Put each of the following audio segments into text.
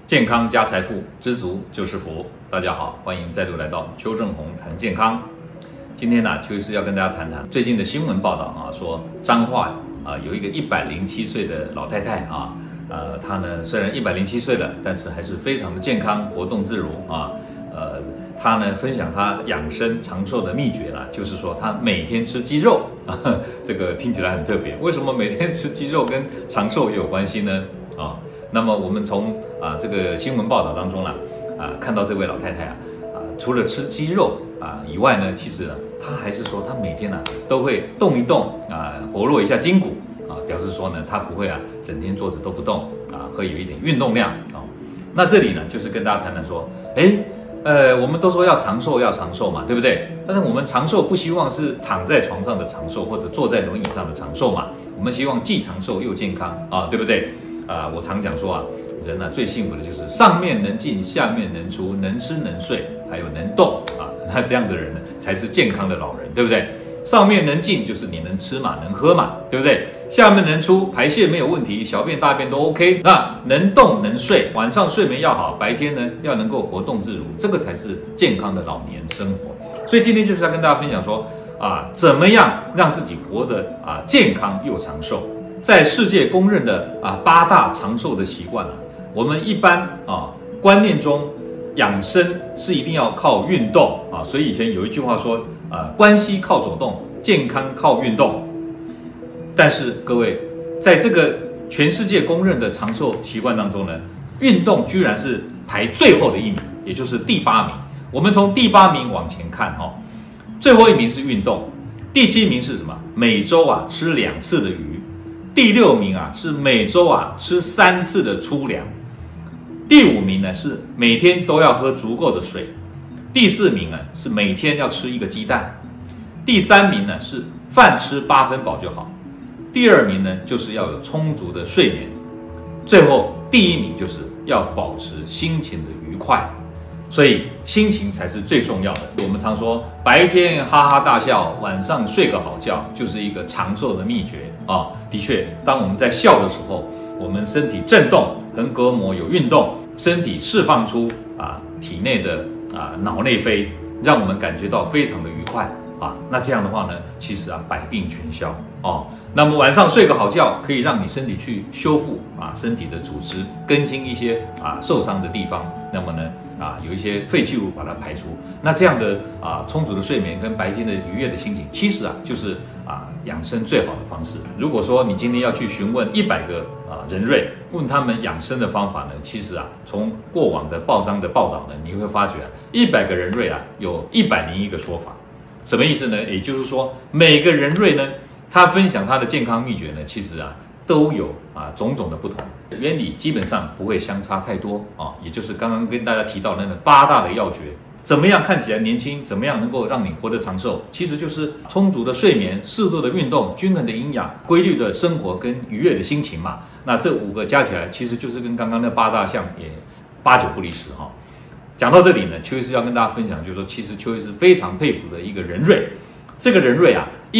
健康加财富，知足就是福。大家好，欢迎再度来到邱正红谈健康。今天呢，邱医师要跟大家谈谈最近的新闻报道啊，说彰化有一个107岁的老太太啊，她呢虽然107岁了，但是还是非常的健康，活动自如啊。她呢分享她养生长寿的秘诀啦，就是说她每天吃鸡肉啊，这个听起来很特别。为什么每天吃鸡肉跟长寿也有关系呢？那么我们从这个新闻报道当中看到这位老太太除了吃鸡肉以外呢，其实她还是说她每天都会动一动活络一下筋骨表示说呢她不会整天坐着都不动会有一点运动量那这里呢就是跟大家谈谈说，我们都说要长寿嘛，对不对？但是我们长寿不希望是躺在床上的长寿，或者坐在轮椅上的长寿嘛，我们希望既长寿又健康对不对？我常讲说人最幸福的就是上面能进，下面能出，能吃能睡，还有能动那这样的人呢，才是健康的老人，对不对？上面能进就是你能吃嘛，能喝嘛，对不对？下面能出，排泄没有问题，小便大便都 OK。那能动能睡，晚上睡眠要好，白天呢要能够活动自如，这个才是健康的老年生活。所以今天就是要跟大家分享说怎么样让自己活得健康又长寿。在世界公认的8大长寿的习惯我们一般观念中养生是一定要靠运动所以以前有一句话说关系靠走动，健康靠运动。但是各位，在这个全世界公认的长寿习惯当中呢，运动居然是排最后的一名，也就是第8名。我们从第8名往前看最后一名是运动，第7名是什么？每周吃2次的鱼。第6名是每周吃3次的粗粮。第5名呢是每天都要喝足够的水。第4名呢是每天要吃1个鸡蛋。第3名呢是饭吃8分饱就好。第2名呢就是要有充足的睡眠。最后第1名就是要保持心情的愉快。所以心情才是最重要的。我们常说白天哈哈大笑，晚上睡个好觉，就是一个长寿的秘诀的确，当我们在笑的时候，我们身体震动，横膈膜有运动，身体释放出体内的脑内啡，让我们感觉到非常的愉快那这样的话呢，其实百病全消那么晚上睡个好觉，可以让你身体去修复身体的组织，更新一些受伤的地方。那么呢有一些废弃物把它排出。那这样的充足的睡眠跟白天的愉悦的心情，其实就是养生最好的方式。如果说你今天要去询问100个人瑞，问他们养生的方法呢，其实从过往的报章的报道呢，你会发觉100个人瑞有101个说法。什么意思呢？也就是说每个人瑞呢，他分享他的健康秘诀呢，其实都有种种的不同，原理基本上不会相差太多也就是刚刚跟大家提到的那个8大的要诀。怎么样看起来年轻，怎么样能够让你活得长寿，其实就是充足的睡眠、适度的运动、均衡的营养、规律的生活跟愉悦的心情嘛。那这5个加起来，其实就是跟刚刚那8大项也8、9不离10讲到这里呢，邱医师要跟大家分享，就是说其实邱医师非常佩服的一个人瑞。这个人瑞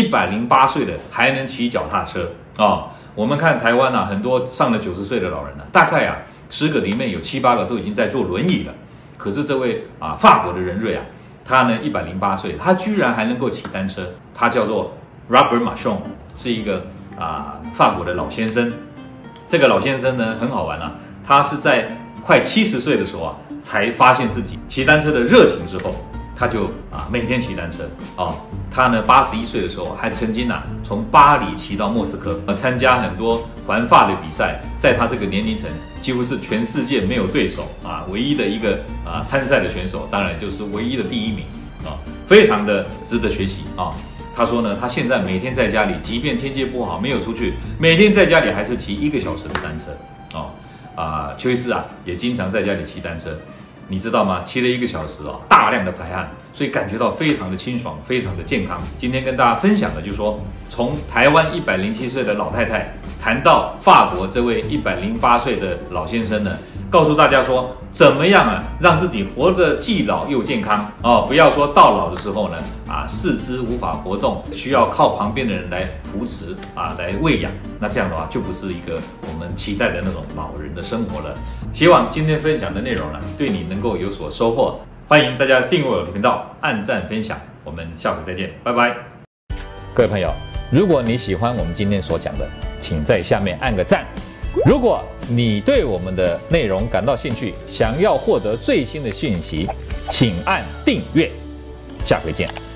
108岁的还能骑脚踏车我们看台湾很多上了90岁的老人大概10个里面有7、8个都已经在坐轮椅了。可是这位法国的人瑞他呢108岁，他居然还能够骑单车。他叫做 Robert Machon， 是一个法国的老先生。这个老先生呢很好玩他是在快70岁的时候才发现自己骑单车的热情之后，他就每天骑单车他呢81岁的时候还曾经从巴黎骑到莫斯科参加很多环法的比赛。在他这个年龄层，几乎是全世界没有对手唯一的一个参赛的选手，当然就是唯一的第1名非常的值得学习他说呢，他现在每天在家里，即便天气不好没有出去，每天在家里还是骑1个小时的单车邱医师也经常在家里骑单车。你知道吗？骑了1个小时大量的排汗，所以感觉到非常的清爽，非常的健康。今天跟大家分享的就是说，从台湾107岁的老太太谈到法国这位108岁的老先生呢， 告诉大家说怎么样啊，让自己活得既老又健康哦，不要说到老的时候呢四肢无法活动，需要靠旁边的人来扶持来喂养，那这样的话就不是一个我们期待的那种老人的生活了。希望今天分享的内容呢，对你能够有所收获。欢迎大家订阅我的频道，按赞分享，我们下回再见，拜拜。各位朋友，如果你喜欢我们今天所讲的，请在下面按个赞。如果你对我们的内容感到兴趣，想要获得最新的讯息，请按订阅。下回见。